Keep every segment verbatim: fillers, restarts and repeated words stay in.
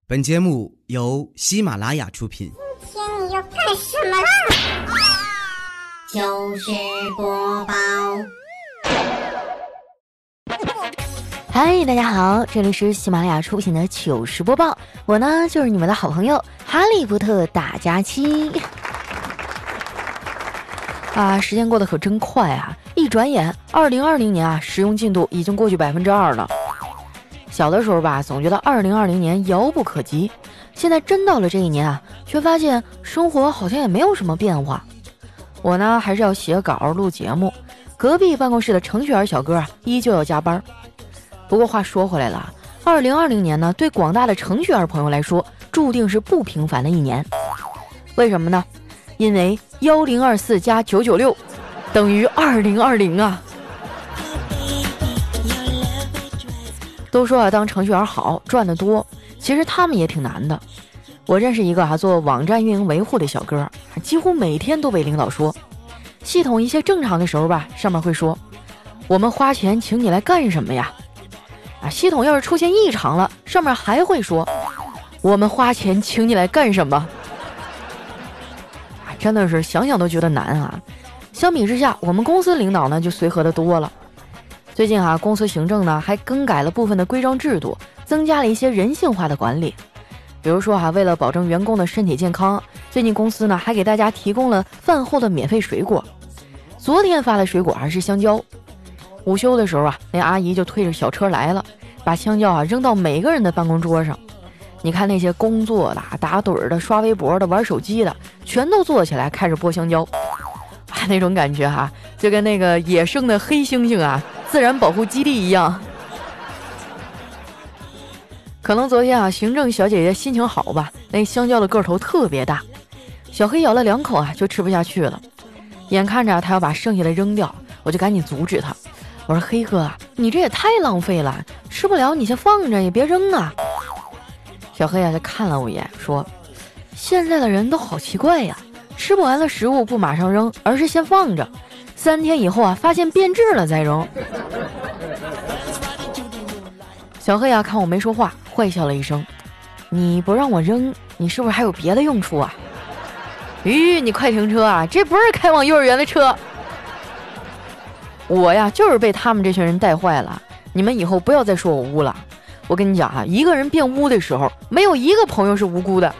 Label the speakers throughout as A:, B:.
A: 本节目由喜马拉雅出品。
B: 今天你要干什么啦？
C: 糗事播报。
D: 嗨，大家好，这里是喜马拉雅出品的糗事播报，我呢就是你们的好朋友哈利波特大假期。啊，时间过得可真快啊！一转眼，二零二零年啊，使用进度已经过去百分之二了。小的时候吧，总觉得二零二零年遥不可及，现在真到了这一年啊，却发现生活好像也没有什么变化。我呢，还是要写稿录节目，隔壁办公室的程序员小哥啊，依旧要加班。不过话说回来了，二零二零年呢，对广大的程序员朋友来说，注定是不平凡的一年。为什么呢？因为一零二四加九九六等于二零二零啊！都说啊，当程序员好，赚得多，其实他们也挺难的。我认识一个啊做网站运营维护的小哥，几乎每天都被领导说，系统一切正常的时候吧，上面会说我们花钱请你来干什么呀？啊，系统要是出现异常了，上面还会说我们花钱请你来干什么？啊，真的是想想都觉得难啊。相比之下，我们公司领导呢就随和的多了。最近啊，公司行政呢还更改了部分的规章制度，增加了一些人性化的管理。比如说哈、啊，为了保证员工的身体健康，最近公司呢还给大家提供了饭后的免费水果。昨天发的水果还是香蕉。午休的时候啊，那阿姨就推着小车来了，把香蕉啊扔到每个人的办公桌上。你看那些工作的、打盹的、刷微博的、玩手机的，全都坐起来开始剥香蕉。啊，那种感觉哈、啊，就跟那个野生的黑猩猩啊。自然保护基地一样。可能昨天啊，行政小姐姐心情好吧，那香蕉的个头特别大，小黑咬了两口啊，就吃不下去了。眼看着他要把剩下的扔掉，我就赶紧阻止他。我说：“黑哥，你这也太浪费了，吃不了你先放着，也别扔啊。”小黑啊，就看了我一眼，说：“现在的人都好奇怪呀，吃不完的食物不马上扔，而是先放着。三天以后啊，发现变质了再扔。”小黑啊，看我没说话，坏笑了一声：“你不让我扔，你是不是还有别的用处啊？”吁，你快停车啊！这不是开往幼儿园的车。我呀，就是被他们这群人带坏了。你们以后不要再说我污了。我跟你讲啊，一个人变污的时候，没有一个朋友是无辜的。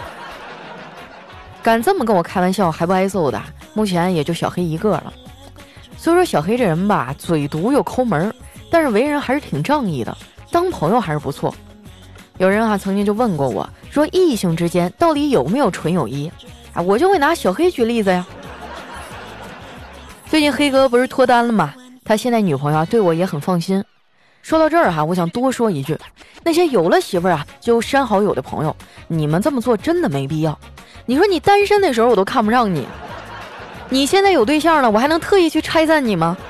D: 敢这么跟我开玩笑还不挨揍的，目前也就小黑一个了。所以说小黑这人吧，嘴毒又抠门，但是为人还是挺仗义的，当朋友还是不错。有人啊曾经就问过我，说异性之间到底有没有纯友谊啊？我就会拿小黑举例子呀。最近黑哥不是脱单了吗？他现在女朋友啊对我也很放心。说到这儿哈、啊，我想多说一句，那些有了媳妇儿啊就删好友的朋友，你们这么做真的没必要。你说你单身的时候我都看不上你，你现在有对象了，我还能特意去拆散你吗？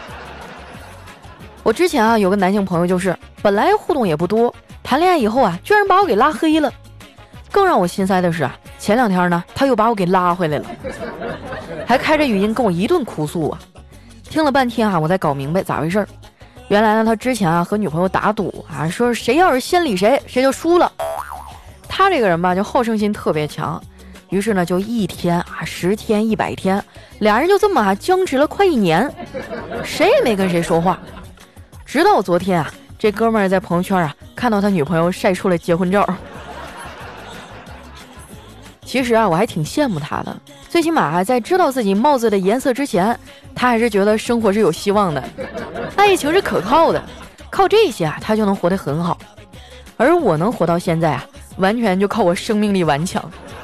D: 我之前啊有个男性朋友，就是本来互动也不多，谈恋爱以后啊居然把我给拉黑了。更让我心塞的是啊，前两天呢他又把我给拉回来了，还开着语音跟我一顿哭诉啊。听了半天啊，我才搞明白咋回事。原来呢他之前啊和女朋友打赌啊，说谁要是先理谁谁就输了。他这个人吧就好胜心特别强，于是呢就一天啊十天一百天，俩人就这么啊僵持了快一年，谁也没跟谁说话。直到昨天啊，这哥们儿在朋友圈啊看到他女朋友晒出了结婚照。其实啊我还挺羡慕他的，最起码啊在知道自己帽子的颜色之前，他还是觉得生活是有希望的，爱情是可靠的，靠这些啊他就能活得很好。而我能活到现在啊，完全就靠我生命力顽强。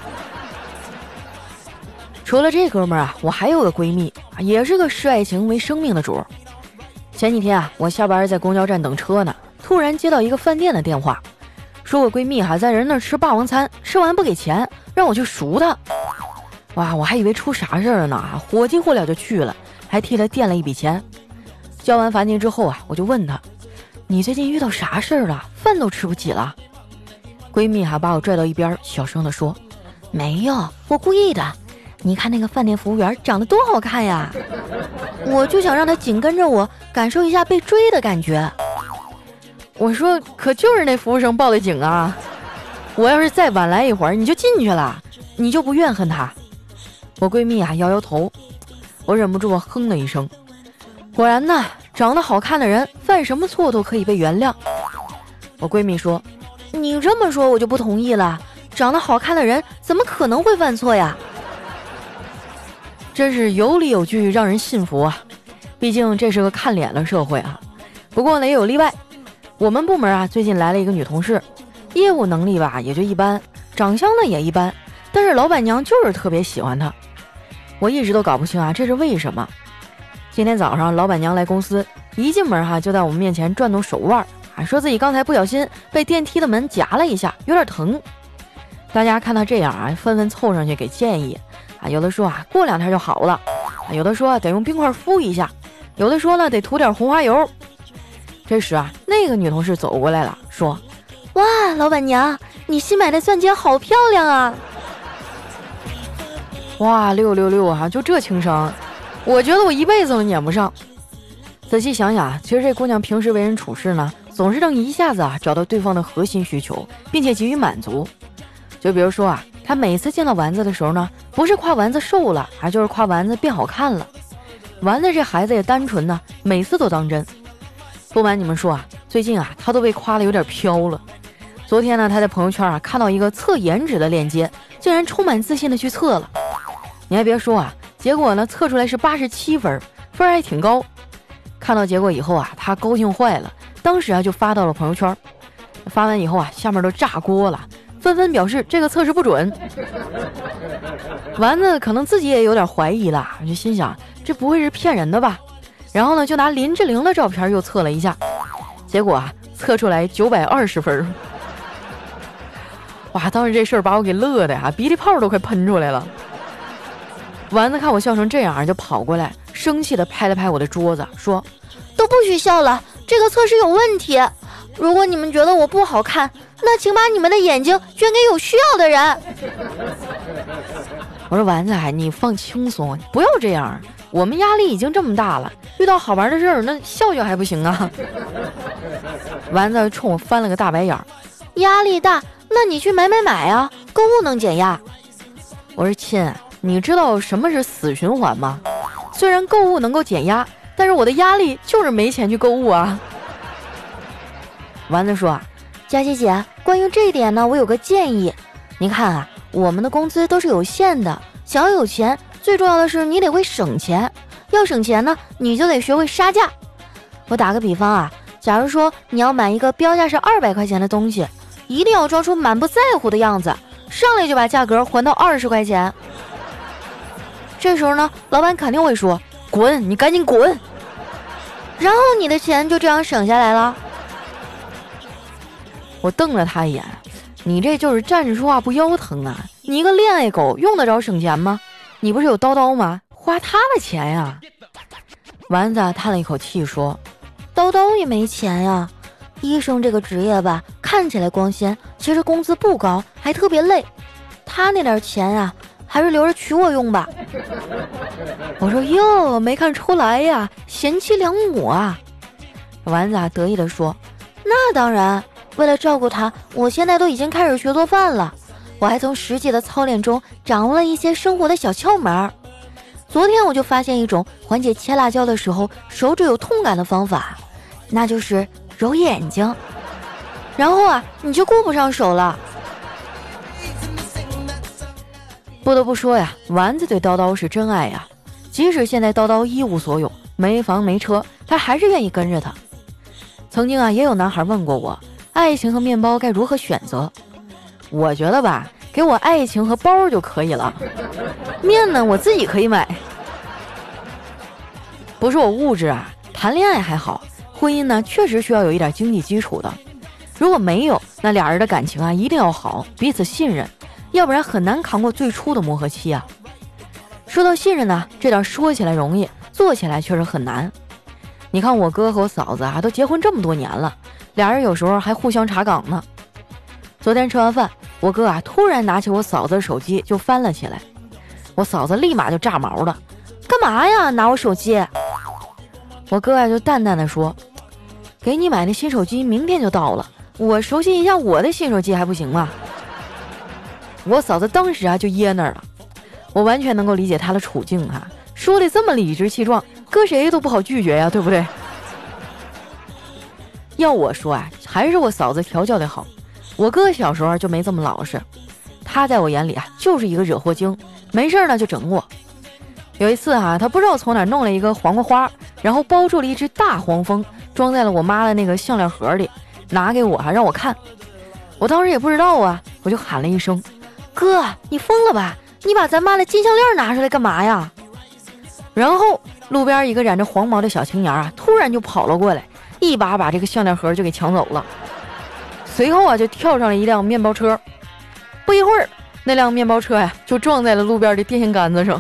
D: 除了这哥们儿啊，我还有个闺蜜，也是个视爱情为生命的主。前几天啊，我下班在公交站等车呢，突然接到一个饭店的电话，说我闺蜜还在人那儿吃霸王餐，吃完不给钱，让我去赎她。哇，我还以为出啥事儿了呢，火急火燎就去了，还替她垫了一笔钱。交完罚金之后啊，我就问她，你最近遇到啥事儿了？饭都吃不起了？闺蜜还把我拽到一边，小声地说，没有，我故意的。你看那个饭店服务员长得多好看呀，我就想让他紧跟着我，感受一下被追的感觉。我说可就是那服务生报的警啊。 我要是再晚来一会儿，你就进去了，你就不怨恨他？我闺蜜啊摇摇头，我忍不住我哼了一声。果然呢，长得好看的人犯什么错都可以被原谅。我闺蜜说，你这么说我就不同意了，长得好看的人怎么可能会犯错呀？真是有理有据，让人信服啊！毕竟这是个看脸的社会啊。不过呢，也有例外。我们部门啊，最近来了一个女同事，业务能力吧也就一般，长相呢也一般，但是老板娘就是特别喜欢她。我一直都搞不清啊，这是为什么。今天早上老板娘来公司，一进门哈、啊、就在我们面前转动手腕，啊说自己刚才不小心被电梯的门夹了一下，有点疼。大家看她这样啊，纷纷凑上去给建议啊，有的说啊过两天就好了，啊有的说得用冰块敷一下，有的说呢得涂点红花油。这时啊，那个女同事走过来了，说：“哇，老板娘，你新买的钻戒好漂亮啊！”哇，六六六啊，就这情商，我觉得我一辈子都撵不上。仔细想想，其实这姑娘平时为人处事呢，总是能一下子啊找到对方的核心需求，并且给予满足。就比如说啊，她每次见到丸子的时候呢，不是夸丸子瘦了，还就是夸丸子变好看了。丸子这孩子也单纯呢，每次都当真。不瞒你们说啊，最近啊，他都被夸得有点飘了。昨天呢，他在朋友圈啊看到一个测颜值的链接，竟然充满自信的去测了。你还别说啊，结果呢测出来是八十七分，分还挺高。看到结果以后啊，他高兴坏了，当时啊就发到了朋友圈。发完以后啊，下面都炸锅了，纷纷表示这个测试不准。丸子可能自己也有点怀疑了，就心想这不会是骗人的吧。然后呢，就拿林志玲的照片又测了一下，结果啊，测出来九百二十分。哇，当时这事儿把我给乐的呀，鼻涕泡都快喷出来了。丸子看我笑成这样，就跑过来，生气的拍了拍我的桌子，说：“都不许笑了，这个测试有问题。如果你们觉得我不好看，那请把你们的眼睛捐给有需要的人。”我说丸子，你放轻松，不要这样。我们压力已经这么大了，遇到好玩的事儿，那笑笑还不行啊？丸子冲我翻了个大白眼儿，压力大，那你去买买买啊，购物能减压。我说亲，你知道什么是死循环吗？虽然购物能够减压，但是我的压力就是没钱去购物啊。丸子说啊，佳琪姐，关于这一点呢，我有个建议。你看啊，我们的工资都是有限的，想要有钱，最重要的是你得会省钱。要省钱呢，你就得学会杀价。我打个比方啊，假如说你要买一个标价是二百块钱的东西，一定要装出满不在乎的样子，上来就把价格还到二十块钱。这时候呢，老板肯定会说：“滚，你赶紧滚。”然后你的钱就这样省下来了。我瞪了他一眼，你这就是站着说话不腰疼啊！你一个恋爱狗用得着省钱吗？你不是有叨叨吗？花他的钱呀！丸子叹了一口气说：“叨叨也没钱呀。医生这个职业吧，看起来光鲜，其实工资不高，还特别累。他那点钱呀，还是留着娶我用吧。”我说：“哟，没看出来呀，贤妻良母啊！”丸子啊得意地说：“那当然，为了照顾他，我现在都已经开始学做饭了。我还从实际的操练中掌握了一些生活的小窍门。昨天我就发现一种缓解切辣椒的时候手指有痛感的方法，那就是揉眼睛，然后啊你就顾不上手了。”不得不说呀，丸子对叨叨是真爱呀，即使现在叨叨一无所有，没房没车，他还是愿意跟着他。曾经啊也有男孩问过我，爱情和面包该如何选择。我觉得吧，给我爱情和包就可以了，面呢我自己可以买。不是我物质啊，谈恋爱还好，婚姻呢确实需要有一点经济基础的。如果没有，那俩人的感情啊一定要好，彼此信任，要不然很难扛过最初的磨合期啊。说到信任呢，这点说起来容易，做起来确实很难。你看我哥和我嫂子啊都结婚这么多年了，俩人有时候还互相查岗呢。昨天吃完饭，我哥啊突然拿起我嫂子的手机就翻了起来，我嫂子立马就炸毛了，干嘛呀拿我手机？我哥啊就淡淡的说，给你买的新手机明天就到了，我熟悉一下我的新手机还不行吗？ 我嫂子当时啊就噎那儿了。我完全能够理解她的处境啊，说的这么理直气壮，搁谁都不好拒绝呀，对不对？要我说啊，还是我嫂子调教的好。我哥小时候就没这么老实，他在我眼里啊就是一个惹祸精，没事呢就整我。有一次啊，他不知道从哪弄了一个黄瓜花，然后包住了一只大黄蜂，装在了我妈的那个项链盒里，拿给我啊让我看。我当时也不知道啊，我就喊了一声：“哥，你疯了吧？你把咱妈的金项链拿出来干嘛呀？”然后路边一个染着黄毛的小青年啊，突然就跑了过来，一把把这个项链盒就给抢走了。随后啊，就跳上了一辆面包车。不一会儿，那辆面包车呀、啊、就撞在了路边的电线杆子上。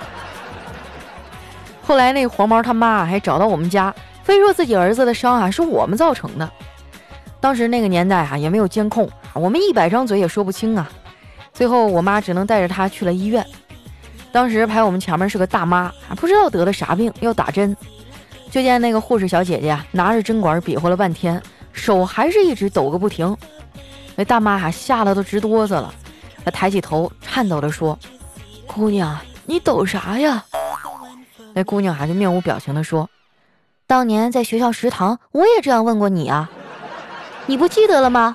D: 后来那黄毛他妈还找到我们家，非说自己儿子的伤啊是我们造成的。当时那个年代啊也没有监控，我们一百张嘴也说不清啊。最后我妈只能带着他去了医院。当时排我们前面是个大妈，不知道得了啥病要打针，就见那个护士小姐姐啊拿着针管比划了半天，手还是一直抖个不停。那大妈啊吓得都直哆嗦了，她抬起头颤抖地说：“姑娘，你抖啥呀？”那姑娘还是面无表情地说：“当年在学校食堂我也这样问过你啊，你不记得了吗？”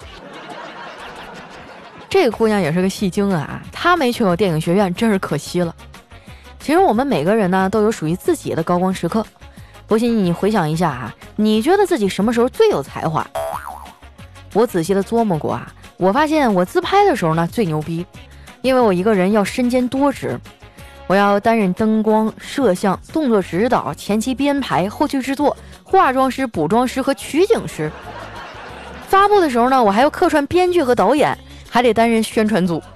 D: 这个姑娘也是个戏精啊，她没去过电影学院真是可惜了。其实我们每个人呢都有属于自己的高光时刻，不信你回想一下啊，你觉得自己什么时候最有才华？我仔细的琢磨过啊，我发现我自拍的时候呢最牛逼，因为我一个人要身兼多职，我要担任灯光、摄像、动作指导、前期编排、后期制作、化妆师、补妆师和取景师。发布的时候呢，我还要客串编剧和导演，还得担任宣传组。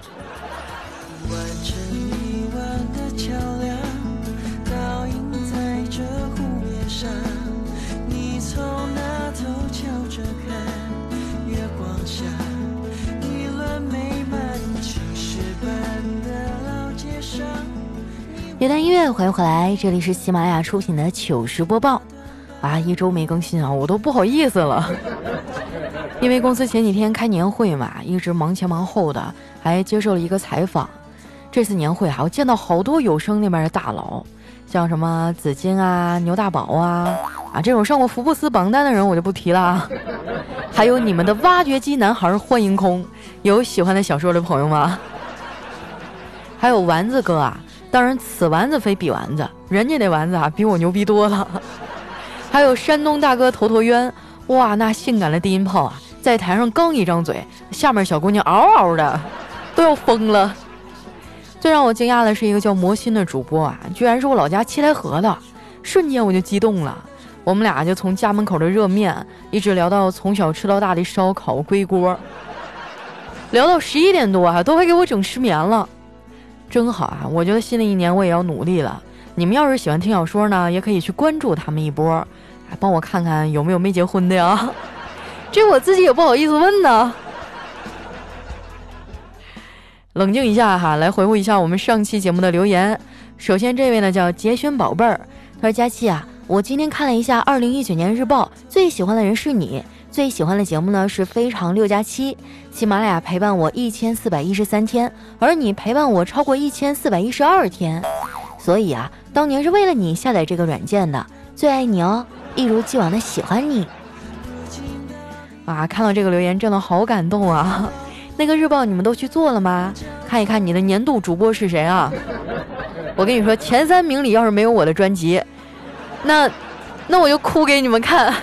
D: 别段音乐，欢迎回来，这里是喜马拉雅出品的糗事播报。啊，一周没更新啊，我都不好意思了。因为公司前几天开年会嘛，一直忙前忙后的，还接受了一个采访。这次年会啊，我见到好多有声那边的大佬，像什么紫金啊、牛大宝啊，啊这种上过福布斯榜单的人我就不提了。还有你们的挖掘机男孩幻影空，有喜欢的小说的朋友吗？还有丸子哥啊，当然此丸子非彼丸子，人家那丸子啊比我牛逼多了。还有山东大哥头头渊，哇，那性感的低音炮啊，在台上刚一张嘴，下面小姑娘嗷嗷的都要疯了。最让我惊讶的是一个叫魔心的主播啊，居然是我老家七台河的，瞬间我就激动了。我们俩就从家门口的热面一直聊到从小吃到大的烧烤龟锅，聊到十一点多啊，都快给我整失眠了。真好啊，我觉得新的一年我也要努力了。你们要是喜欢听小说呢，也可以去关注他们一波，帮我看看有没有没结婚的呀，这我自己也不好意思问呢。冷静一下哈，来回顾一下我们上期节目的留言。首先这位呢叫杰轩宝贝儿，他说：佳期啊，我今天看了一下二零一九年日报，最喜欢的人是你，最喜欢的节目呢是非常六加七，喜马拉雅陪伴我一千四百一十三天，而你陪伴我超过一千四百一十二天，所以啊，当年是为了你下载这个软件的，最爱你哦，一如既往的喜欢你。啊，看到这个留言真的好感动啊！那个日报你们都去做了吗？看一看你的年度主播是谁啊？我跟你说，前三名里要是没有我的专辑，那那我就哭给你们看。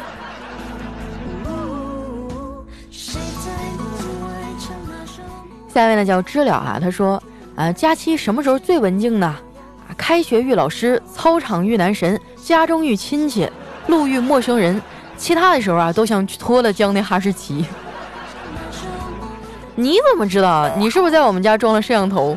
D: 下一位呢叫知了啊，他说啊，假期什么时候最文静呢？开学遇老师，操场遇男神，家中遇亲戚，路遇陌生人，其他的时候啊都像脱了缰的哈士奇。你怎么知道？你是不是在我们家装了摄像头？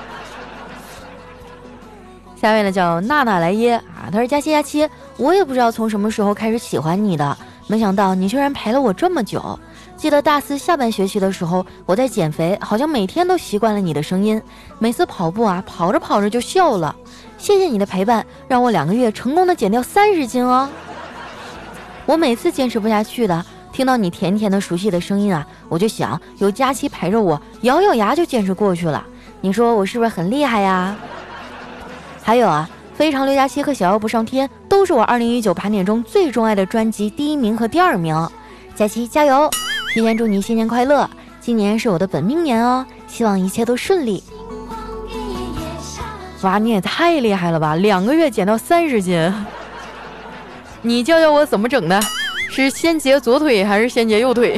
D: 下一位呢叫娜娜来耶啊，他说佳期佳期，我也不知道从什么时候开始喜欢你的，没想到你居然陪了我这么久。记得大四下半学期的时候，我在减肥，好像每天都习惯了你的声音，每次跑步啊，跑着跑着就笑了。谢谢你的陪伴，让我两个月成功的减掉三十斤哦。我每次坚持不下去的， 听到你甜甜的熟悉的声音啊，我就想有佳期陪着我，咬咬牙就坚持过去了。你说我是不是很厉害呀？还有啊，非常六加七和小妖不上天都是我二零一九盘点中最钟爱的专辑第一名和第二名。佳期加油！提前祝你新年快乐，今年是我的本命年哦，希望一切都顺利。哇，你也太厉害了吧，两个月减到三十斤。你教教我怎么整的？是先截左腿还是先截右腿？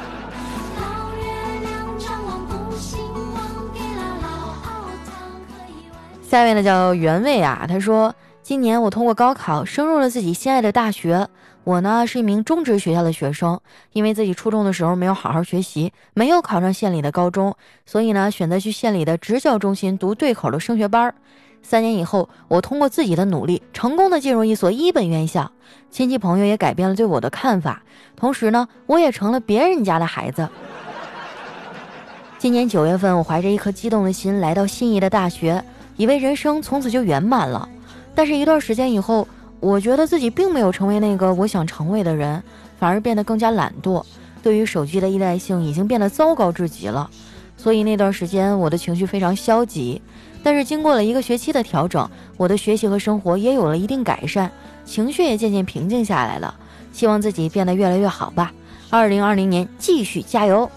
D: 下面呢叫原味啊，他说今年我通过高考升入了自己心爱的大学。我呢是一名中职学校的学生，因为自己初中的时候没有好好学习，没有考上县里的高中，所以呢选择去县里的职教中心读对口的升学班。三年以后，我通过自己的努力，成功的进入一所一本院校，亲戚朋友也改变了对我的看法，同时呢，我也成了别人家的孩子。今年九月份，我怀着一颗激动的心来到心仪的大学，以为人生从此就圆满了。但是一段时间以后，我觉得自己并没有成为那个我想成为的人，反而变得更加懒惰，对于手机的依赖性已经变得糟糕至极了。所以那段时间我的情绪非常消极。但是经过了一个学期的调整，我的学习和生活也有了一定改善，情绪也渐渐平静下来了。希望自己变得越来越好吧。二零二零年继续加油！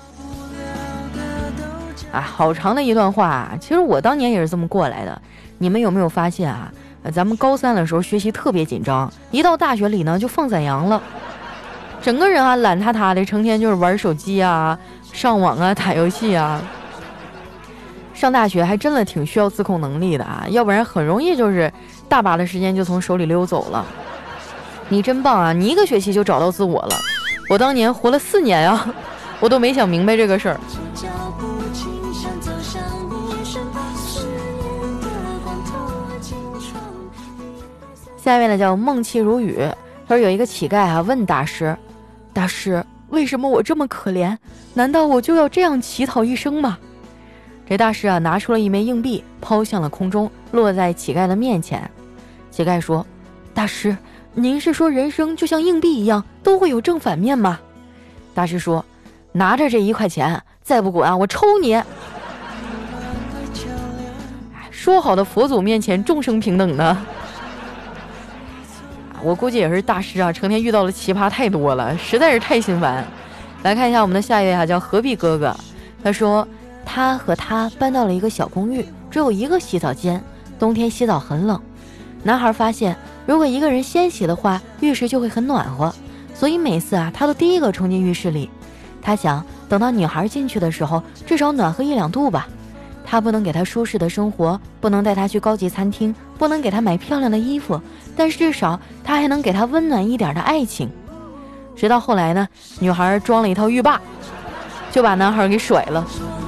D: 啊，好长的一段话啊，其实我当年也是这么过来的。你们有没有发现啊？咱们高三的时候学习特别紧张，一到大学里呢就放散羊了，整个人啊懒塌塌的，成天就是玩手机啊、上网啊、打游戏啊。上大学还真的挺需要自控能力的啊，要不然很容易就是大把的时间就从手里溜走了。你真棒啊，你一个学期就找到自我了。我当年活了四年啊，我都没想明白这个事儿。下面呢叫梦气如雨，他说有一个乞丐啊问大师，大师，为什么我这么可怜？难道我就要这样乞讨一生吗？这大师啊拿出了一枚硬币，抛向了空中，落在乞丐的面前。乞丐说，大师，您是说人生就像硬币一样都会有正反面吗？大师说，拿着这一块钱，再不滚啊我抽你。说好的佛祖面前众生平等呢？我估计也是大师啊成天遇到的奇葩太多了，实在是太心烦。来看一下我们的下一位啊，叫何必哥哥。他说他和他搬到了一个小公寓，只有一个洗澡间，冬天洗澡很冷。男孩发现如果一个人先洗的话，浴室就会很暖和，所以每次啊他都第一个冲进浴室里。他想等到女孩进去的时候至少暖和一两度吧。他不能给她舒适的生活，不能带她去高级餐厅，不能给她买漂亮的衣服，但至少他还能给她温暖一点的爱情。直到后来呢，女孩装了一套浴霸，就把男孩给甩了。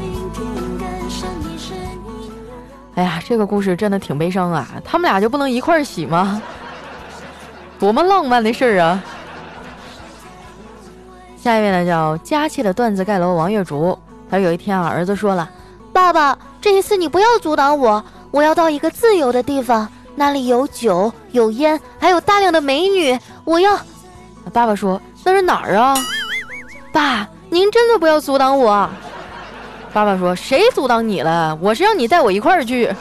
D: 哎呀，这个故事真的挺悲伤啊，他们俩就不能一块儿洗吗？多么浪漫的事儿啊。下一位呢叫佳气的段子盖楼王月竹。他有一天啊，儿子说了，爸爸，这一次你不要阻挡我，我要到一个自由的地方，那里有酒有烟，还有大量的美女，我要。爸爸说，那是哪儿啊？爸，您真的不要阻挡我。爸爸说，谁阻挡你了？我是让你带我一块儿去，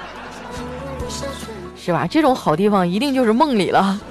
D: 是吧？这种好地方一定就是梦里了。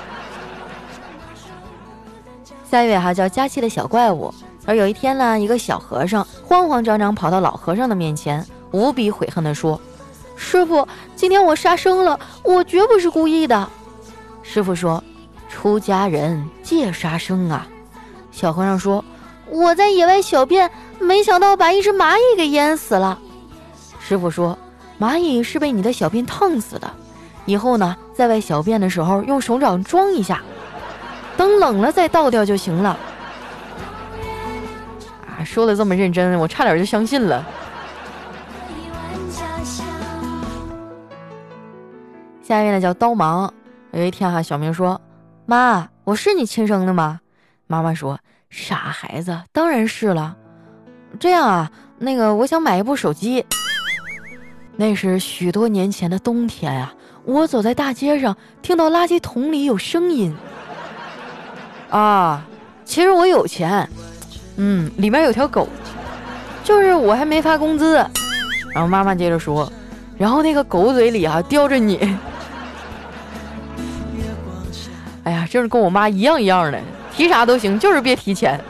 D: 下一位还叫佳期的小怪物。而有一天呢，一个小和尚慌慌张张跑到老和尚的面前，无比悔恨地说，师傅，今天我杀生了，我绝不是故意的。师傅说，出家人戒杀生啊。小和尚说，我在野外小便，没想到把一只蚂蚁给淹死了。师傅说，蚂蚁是被你的小便烫死的，以后呢，在外小便的时候用手掌装一下，等冷了再倒掉就行了。啊，说的这么认真，我差点就相信了。下一位呢叫刀芒。有一天哈、啊，小明说，妈，我是你亲生的吗？妈妈说，傻孩子，当然是了。这样啊，那个我想买一部手机。那是许多年前的冬天啊，我走在大街上，听到垃圾桶里有声音。啊， 其实我有钱，嗯，里面有条狗，就是我还没发工资。然后妈妈接着说，然后那个狗嘴里啊叼着你。哎呀，真是跟我妈一样一样的，提啥都行，就是别提钱。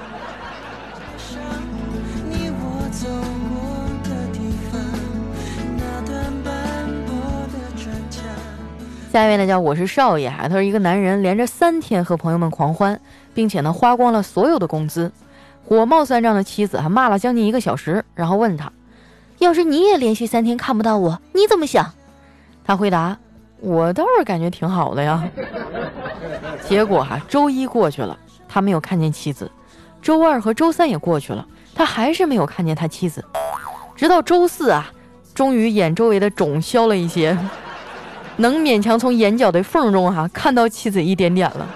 D: 下一位呢叫我是少爷哈，他是一个男人，连着三天和朋友们狂欢，并且呢花光了所有的工资。火冒三丈的妻子还骂了将近一个小时，然后问他，要是你也连续三天看不到我，你怎么想？他回答，我倒是感觉挺好的呀。结果哈、啊，周一过去了，他没有看见妻子；周二和周三也过去了，他还是没有看见他妻子。直到周四啊，终于眼周围的肿消了一些，能勉强从眼角的缝中哈、啊、看到妻子一点点了。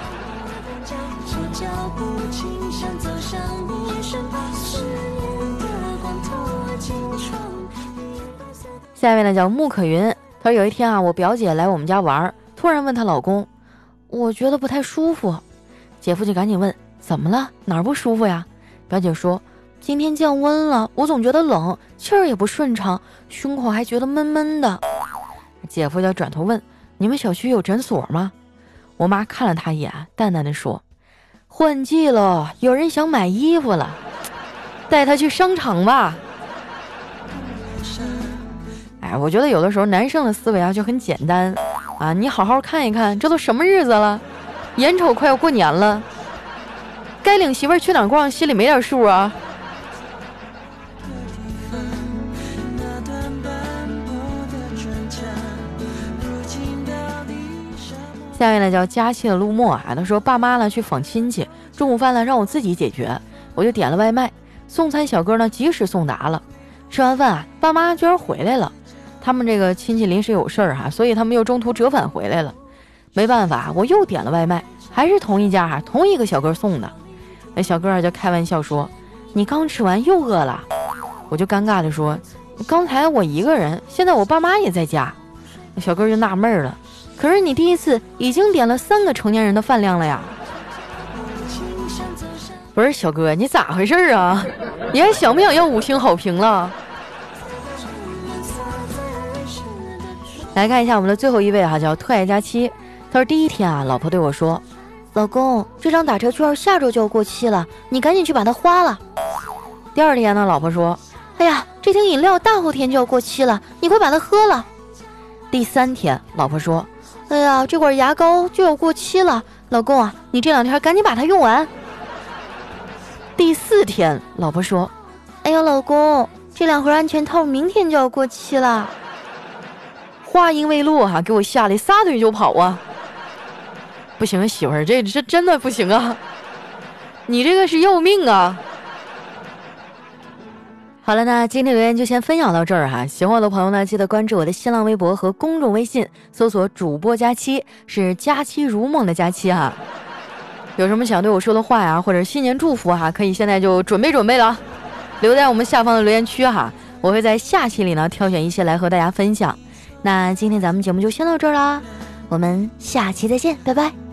D: 下一位呢叫穆可云，她说有一天啊，我表姐来我们家玩，突然问她老公，我觉得不太舒服。姐夫就赶紧问，怎么了？哪儿不舒服呀？表姐说，今天降温了，我总觉得冷，气儿也不顺畅，胸口还觉得闷闷的。姐夫就转头问，你们小区有诊所吗？我妈看了他一眼，淡淡的说，换季了，有人想买衣服了，带他去商场吧。哎，我觉得有的时候男生的思维啊就很简单啊，你好好看一看，这都什么日子了，眼瞅快要过年了，该领媳妇儿去哪儿逛，心里没点数啊。下面呢叫佳期的陆墨啊，他说爸妈呢去访亲戚，中午饭呢让我自己解决，我就点了外卖，送餐小哥呢及时送达了。吃完饭啊，爸妈居然回来了。他们这个亲戚临时有事儿哈，所以他们又中途折返回来了。没办法，我又点了外卖，还是同一家哈，同一个小哥送的。那小哥就开玩笑说，你刚吃完又饿了。我就尴尬的说，刚才我一个人，现在我爸妈也在家。那小哥就纳闷了，可是你第一次已经点了三个成年人的饭量了呀。不是小哥，你咋回事啊？你还想不想要五星好评了？来看一下我们的最后一位哈、啊，叫特爱佳期。他说第一天啊，老婆对我说，老公，这张打车券下周就要过期了，你赶紧去把它花了。第二天呢，老婆说，哎呀，这瓶饮料大后天就要过期了，你快把它喝了。第三天，老婆说，哎呀，这管牙膏就要过期了，老公啊，你这两天赶紧把它用完。第四天，老婆说，哎呀，老公，这两盒安全套明天就要过期了。话音未落哈、啊，给我吓得撒腿就跑啊！不行，媳妇儿，这这真的不行啊！你这个是要命啊！好了，那今天留言就先分享到这儿哈、啊。喜欢我的朋友呢，记得关注我的新浪微博和公众微信，搜索主播佳期，是佳期如梦的佳期哈、啊。有什么想对我说的话呀，或者新年祝福哈、啊，可以现在就准备准备了，留在我们下方的留言区哈、啊。我会在下期里呢挑选一些来和大家分享。那今天咱们节目就先到这儿啦，我们下期再见，拜拜。